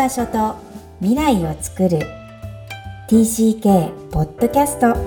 場所と未来をつくる TCK ポッドキャスト。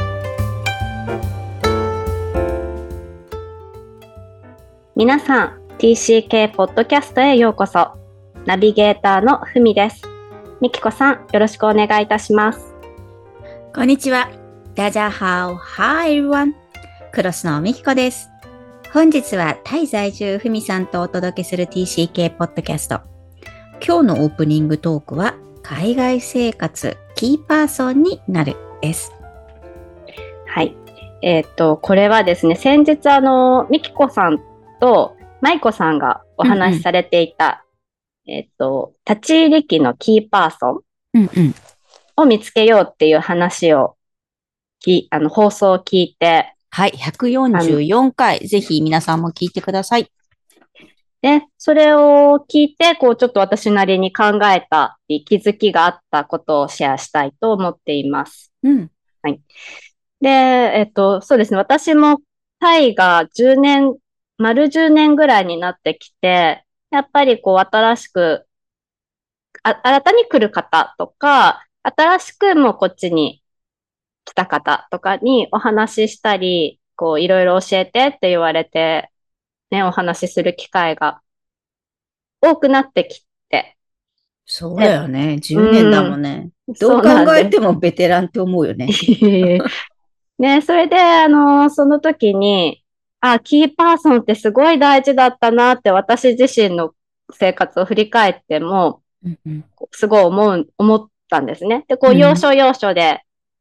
皆さん TCK ポッドキャストへようこそ。ナビゲーターのふみです。みきこさん、よろしくお願いいたします。 こんにちは。ダジャハオ。Hi everyone。クロスのみきこです。本日はタイ在住ふみさんとお届けする TCK ポッドキャスト。今日のオープニングトークは海外生活キーパーソンになるです。 はい。これはですね、先日みきこさんとまいこさんがお話しされていた、立ち入り期のキーパーソンを見つけようっていう話を放送を聞いて、 はい、144回、ぜひ皆さんも聞いてください。 で、それを聞いて、ちょっと私なりに考えた気づきがあったことをシェアしたいと思っています。はい。で、そうですね。私もタイが丸10年ぐらいになってきて、やっぱり新しく、新たに来る方とか、新しくもうこっちに来た方とかにお話ししたり、いろいろ教えてって言われて、ね、お話しする機会が多くなってきて。 そうだよね。10年だもんね。どう考えてもベテランって思うよね。 ね、それで、その時に、キーパーソンってすごい大事だったなって私自身の生活を振り返っても、すごい思ったんですね。で、要所要所で、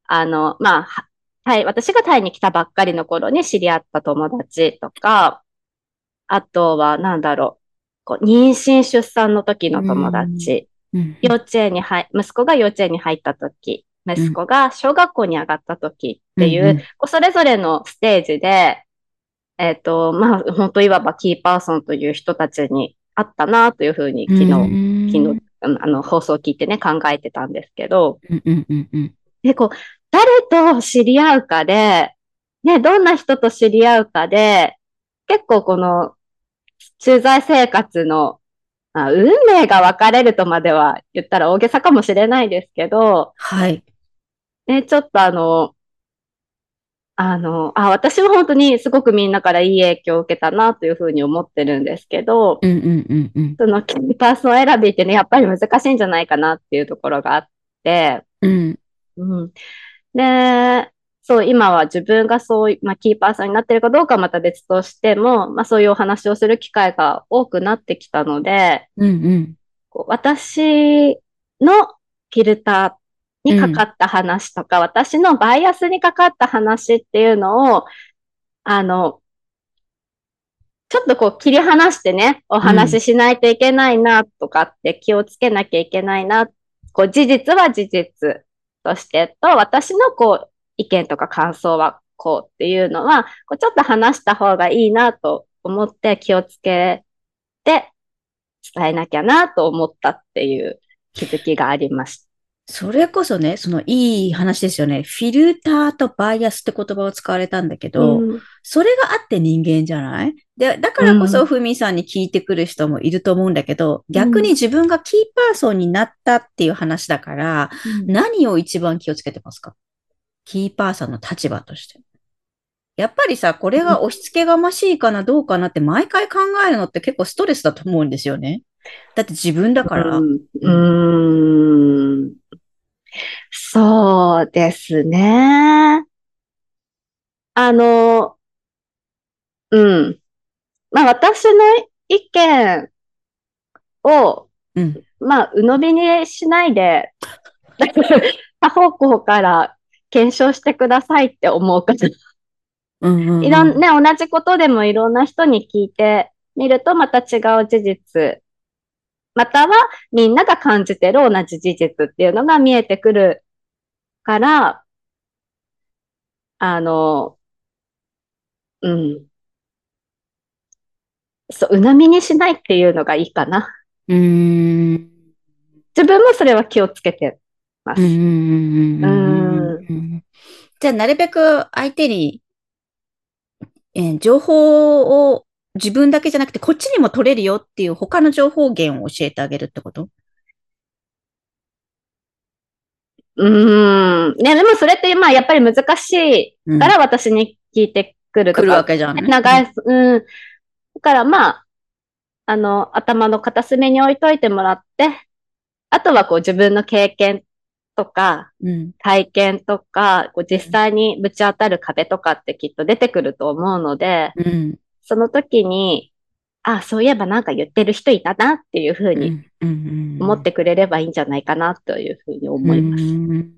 私がタイに来たばっかりの頃に知り合った友達とか、あとは、妊娠出産の時の友達、息子が幼稚園に入った時、息子が小学校に上がった時っていう、それぞれのステージで、本当いわばキーパーソンという人たちに会ったなというふうに昨日、放送を聞いてね、考えてたんですけど、で、誰と知り合うかで、ね、どんな人と知り合うかで、結構駐在生活の、運命が分かれるとまでは言ったら大げさかもしれないですけど、 はい。 ね、ちょっと私は本当にすごくみんなからいい影響を受けたなというふうに思ってるんですけど、そのキーパーソン選びってね、やっぱり難しいんじゃないかなっていうところがあって、で、そう、今は自分がそう、キーパーソンになってるかどうかはまた別としても、そういうお話をする機会が多くなってきたので、私のフィルターにかかった話とか、私のバイアスにかかった話っていうのを、ちょっと切り離してね、お話ししないといけないなとかって気をつけなきゃいけないな。事実は事実としてと、私の意見とか感想はっていうのは、ちょっと話した方がいいなと思って気をつけて伝えなきゃなと思ったっていう気づきがありました。 それこそね、いい話ですよね。フィルターとバイアスって言葉を使われたんだけど、それがあって人間じゃない？で、だからこそふみさんに聞いてくる人もいると思うんだけど、逆に自分がキーパーソンになったっていう話だから、何を一番気をつけてますか？キーパーソンの立場として。やっぱりさ、これが押し付けがましいかなどうかなって毎回考えるのって結構ストレスだと思うんですよね。だって自分だから。 そうですね。私の意見を、鵜呑みにしないで、他方向から検証してくださいって思うかな。同じことでもいろんな人に聞いてみるとまた違う事実、またはみんなが感じてる同じ事実っていうのが見えてくるから、そう、鵜呑みにしないっていうのがいいかな。自分もそれは気をつけてます。 じゃあ、なるべく相手に、情報を自分だけじゃなくてこっちにも取れるよっていう他の情報源を教えてあげるってこと？ ね、でもそれってまあやっぱり難しいから私に聞いてくるとか。 来るわけじゃない。 長い、だからまあ、頭の片隅に置いといてもらって、あとはこう自分の経験とか、体験とか、こう実際にぶち当たる壁とかってきっと出てくると思うので、その時に、そういえばなんか言ってる人いたなっていうふうに思ってくれればいいんじゃないかなというふうに思います。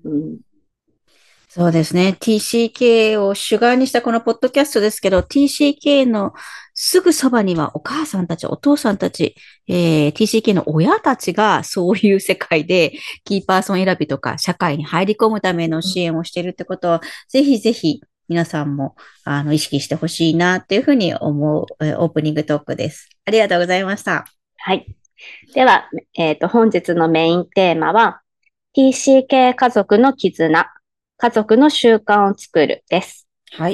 そうですね。TCK を主眼にしたこのポッドキャストですけど、TCK のすぐそばにはお母さんたち、お父さんたち、TCK の親たちがそういう世界でキーパーソン選びとか社会に入り込むための支援をしているってことは、ぜひぜひ皆さんも意識してほしいなっていうふうに思うオープニングトークです。ありがとうございました。 はい。では、本日のメインテーマは TCK 家族の絆。家族の習慣を作るです。 はい。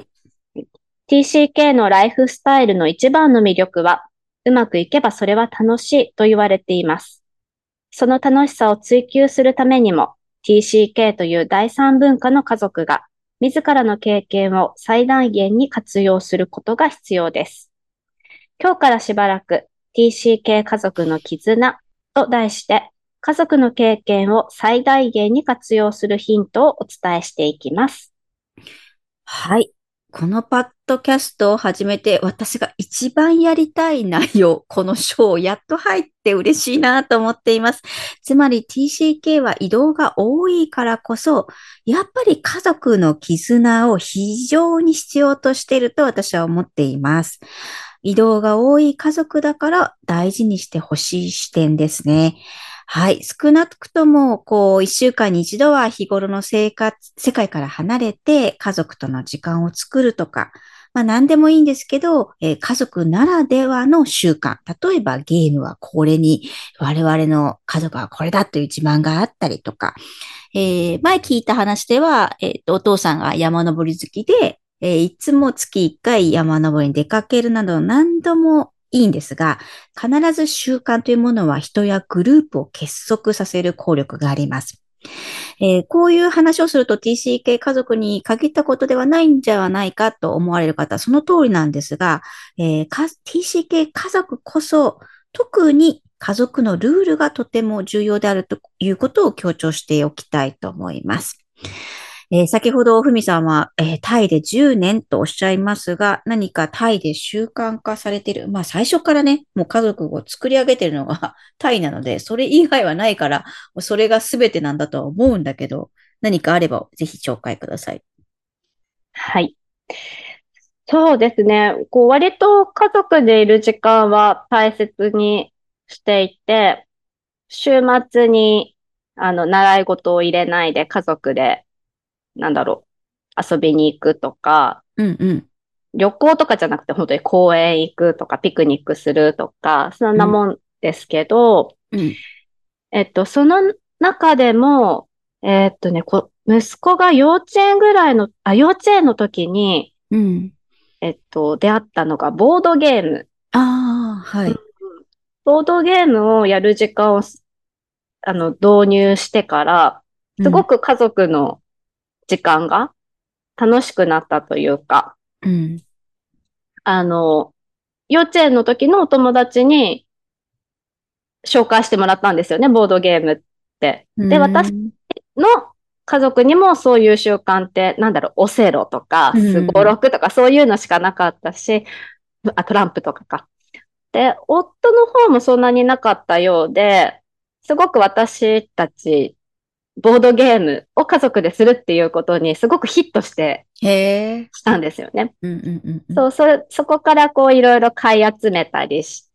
TCK のライフスタイルの一番の魅力は、うまくいけばそれは楽しいと言われています。その楽しさを追求するためにも、TCK という第三文化の家族が、自らの経験を最大限に活用することが必要です。今日からしばらく TCK 家族の絆と題して、家族の経験を最大限に活用するヒントをお伝えしていきます。 はい。このパッドキャストを始めて私が一番やりたい内容、この章やっと入って嬉しいなと思っています。つまり TCK は移動が多いからこそ、やっぱり家族の絆を非常に必要としていると私は思っています。移動が多い家族だから大事にしてほしい視点ですね。はい。少なくとも、一週間に一度は日頃の世界から離れて家族との時間を作るとか、何でもいいんですけど、家族ならではの習慣。例えばゲームはこれに、我々の家族はこれだという自慢があったりとか、前聞いた話では、お父さんが山登り好きで、いつも月1回山登りに出かけるなど何度もいいんですが、必ず習慣というものは人やグループを結束させる効力があります。こういう話をすると TCK 家族に限ったことではないんじゃないかと思われる方はその通りなんですが、TCK 家族こそ特に家族のルールがとても重要であるということを強調しておきたいと思います。先ほど、ふみさんは、タイで10年とおっしゃいますが、何かタイで習慣化されている。最初からね、もう家族を作り上げているのがタイなので、それ以外はないから、それが全てなんだとは思うんだけど、何かあればぜひ紹介ください。 はい。そうですね。割と家族でいる時間は大切にしていて、週末に、習い事を入れないで家族で、遊びに行くとか、旅行とかじゃなくて本当に公園行くとか、ピクニックするとか、そんなもんですけど、その中でも、息子が幼稚園の時に、出会ったのがボードゲーム。 はい。 ボードゲームをやる時間を、導入してから、すごく家族の時間が楽しくなったというか、幼稚園の時のお友達に紹介してもらったんですよね、ボードゲームって。で、私の家族にもそういう習慣って、オセロとか、スゴロクとかそういうのしかなかったし、トランプとかか。で、夫の方もそんなになかったようで、すごく私たち、ボードゲームを家族でするっていうことにすごくヒットしたんですよね。そこからいろいろ買い集めたりして、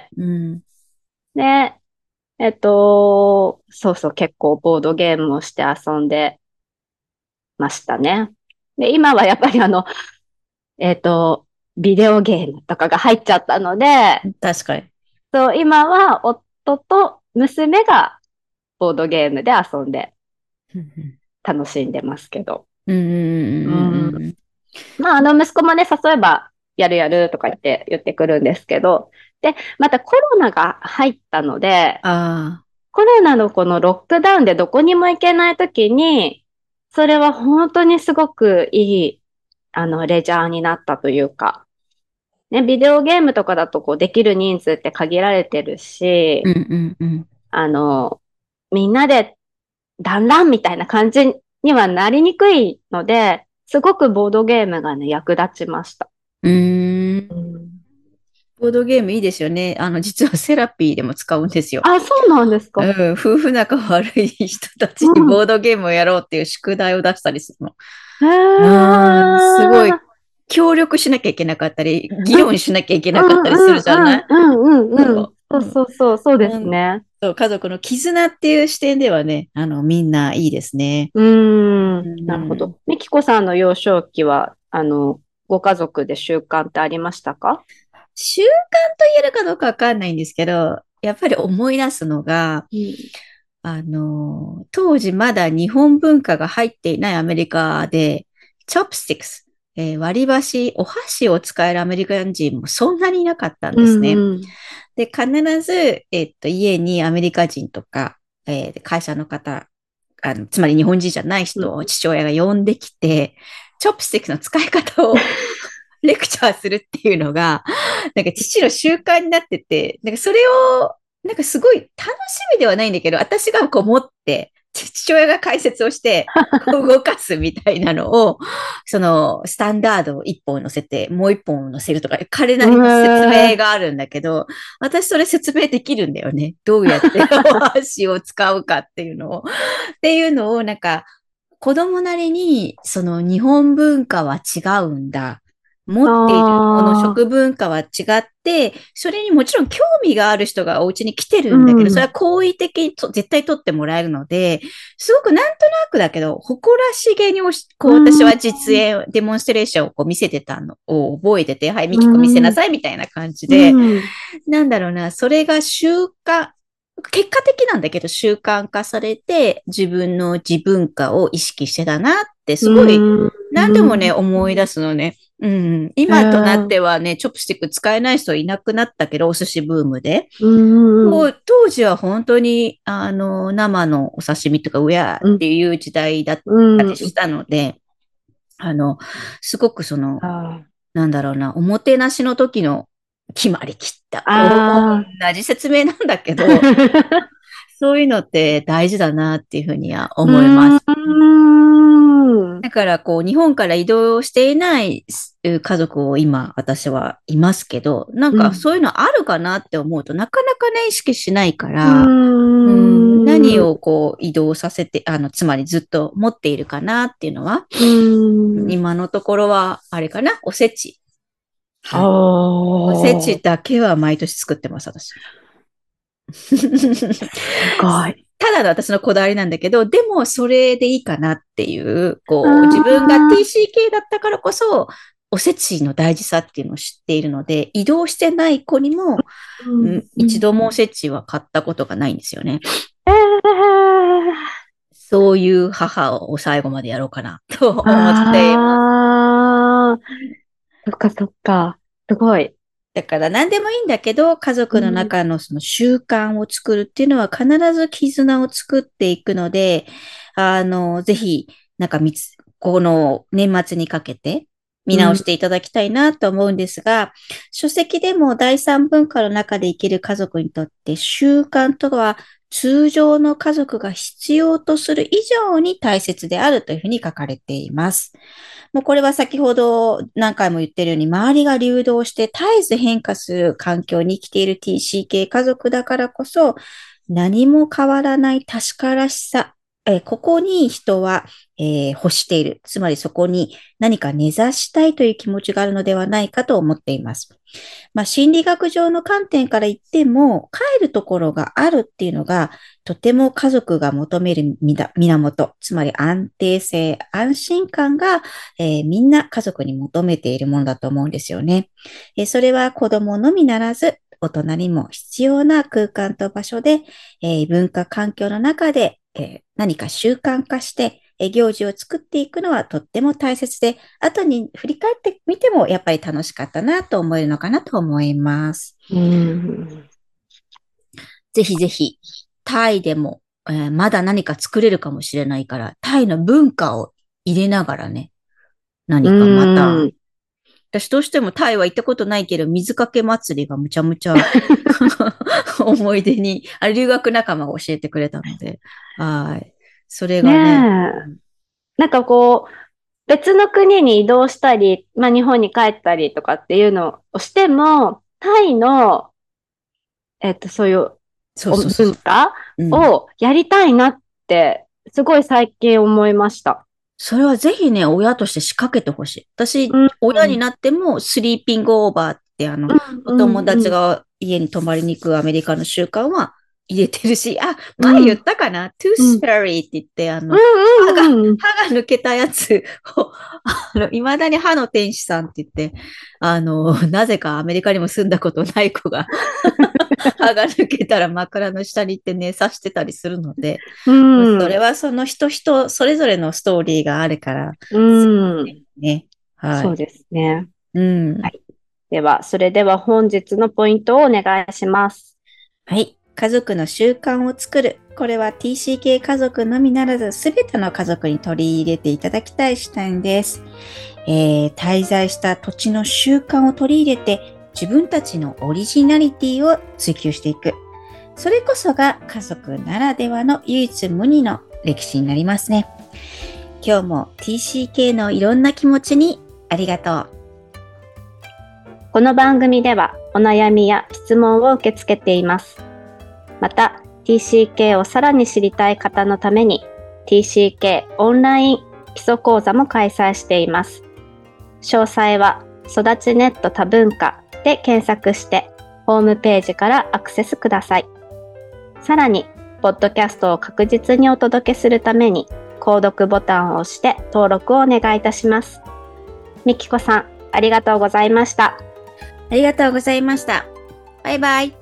で、結構ボードゲームをして遊んでましたね。で、今はやっぱりビデオゲームとかが入っちゃったので、 確かに。 そう、今は夫と娘がボードゲームで遊んで楽しんでますけど。息子もね、誘えばやるやるとか言ってくるんですけど、で、またコロナが入ったので、ココロナのこのロックダウンでどこにも行けないときに、それは本当にすごくいい、レジャーになったというか、ね、ビデオゲームとかだとこうできる人数って限られてるし、みんなで団らんみたいな感じにはなりにくいので、すごくボードゲームがね、役立ちました。 ボードゲームいいですよね。実はセラピーでも使うんですよ。 あ、そうなんですか。 夫婦仲悪い人たちにボードゲームをやろうっていう宿題を出したりするの。すごい、協力しなきゃいけなかったり、議論しなきゃいけなかったりするじゃないそうですね。 家族の絆っていう視点ではね、みんないいですね。 なるほど。みきこさんの幼少期は、ご家族で習慣ってありましたか？ 習慣と言えるかどうかわかんないんですけど、やっぱり思い出すのが、当時まだ日本文化が入っていないアメリカで、チョップスティックス、割り箸、お箸を使えるアメリカ人もそんなにいなかったんですね。で、必ず、家にアメリカ人とか、会社の方、つまり日本人じゃない人を父親が呼んできて、チョップスティックスの使い方をレクチャーするっていうのが、なんか父の習慣になってて、なんかそれを、なんかすごい楽しみではないんだけど、私がこう持って、父親が解説をして、動かすみたいなのを、その、スタンダードを一本乗せて、もう一本乗せるとか、彼なりの説明があるんだけど、私それ説明できるんだよね。どうやってお箸を使うかっていうのを。っていうのを、なんか、子供なりに、その日本文化は違うんだ。持っているこの食文化は違って、それにもちろん興味がある人がお家に来てるんだけど、それは好意的に絶対取ってもらえるので、すごくなんとなくだけど、誇らしげにこう私は実演、デモンストレーションをこう見せてたのを覚えてて、はい、ミキコ見せなさいみたいな感じで、なんだろうな、それが習慣、結果的なんだけど習慣化されて自分の自文化を意識してたなってすごい何でもね思い出すのね。今となってはね、チョップスティック使えない人いなくなったけど、お寿司ブームで。当時は本当に生のお刺身とかウェアっていう時代だったりしたので、すごくその、なんだろうな、おもてなしの時の決まりきった。同じ説明なんだけど、そういうのって大事だなっていうふうには思います。だからこう日本から移動していない家族を今私はいますけど、なんかそういうのあるかなって思うとなかなかね意識しないから、何をこう移動させて、つまりずっと持っているかなっていうのは、今のところはあれかな、おせち。おせちだけは毎年作ってます、私。すごい。ただの私のこだわりなんだけど、でもそれでいいかなっていう、こう、自分が TCK だったからこそ、おせちの大事さっていうのを知っているので、移動してない子にも、一度もおせちは買ったことがないんですよね。そういう母を最後までやろうかなと思っています。 そっかそっか。すごい。 だから何でもいいんだけど、家族の中のその習慣を作るっていうのは必ず絆を作っていくので、ぜひ、なんかこの年末にかけて見直していただきたいなと思うんですが、書籍でも第三文化の中で生きる家族にとって習慣とは通常の家族が必要とする以上に大切であるというふうに書かれています。もうこれは先ほど何回も言ってるように周りが流動して絶えず変化する環境に生きている TCK 家族だからこそ何も変わらない確からしさ、ここに人は、欲している。つまりそこに何か根ざしたいという気持ちがあるのではないかと思っています。心理学上の観点から言っても、帰るところがあるっていうのが、とても家族が求める源、つまり安定性、安心感が、みんな家族に求めているものだと思うんですよね。それは子供のみならず、大人にも必要な空間と場所で、文化環境の中で、何か習慣化して、行事を作っていくのはとっても大切で、後に振り返ってみてもやっぱり楽しかったなと思えるのかなと思います。ぜひぜひ、 タイでも、まだ何か作れるかもしれないから、タイの文化を入れながらね、何かまた、私どうしてもタイは行ったことないけど、水かけ祭りがむちゃむちゃ思い出に、留学仲間が教えてくれたので、はい。それがね。 なんかこう、別の国に移動したり、まあ日本に帰ったりとかっていうのをしても、タイの、そういう文化をやりたいなって、すごい最近思いました。 それはぜひね、親として仕掛けてほしい。私、親になっても、スリーピングオーバーってお友達が家に泊まりに行くアメリカの習慣は入れてるし、前言ったかな、tooth fairy って言って、歯が抜けたやつを、未だに歯の天使さんって言って、なぜかアメリカにも住んだことない子が、歯が抜けたら枕の下に行ってね、刺してたりするので、それはその人それぞれのストーリーがあるから、 ね。はい。そうですね。はい。では、それでは本日のポイントをお願いします。 はい。家族の習慣を作る。これは TCK 家族のみならず、すべての家族に取り入れていただきたい視点です。滞在した土地の習慣を取り入れて、自分たちのオリジナリティを追求していく。それこそが家族ならではの唯一無二の歴史になりますね。今日も TCK のいろんな気持ちにありがとう。 この番組ではお悩みや質問を受け付けています。また TCK をさらに知りたい方のために TCK オンライン基礎講座も開催しています。詳細は育ちネット多文化で検索してホームページからアクセスください。さらに、ポッドキャストを確実にお届けするために、購読ボタンを押して登録をお願いいたします。みきこさん、ありがとうございました。 ありがとうございました。バイバイ。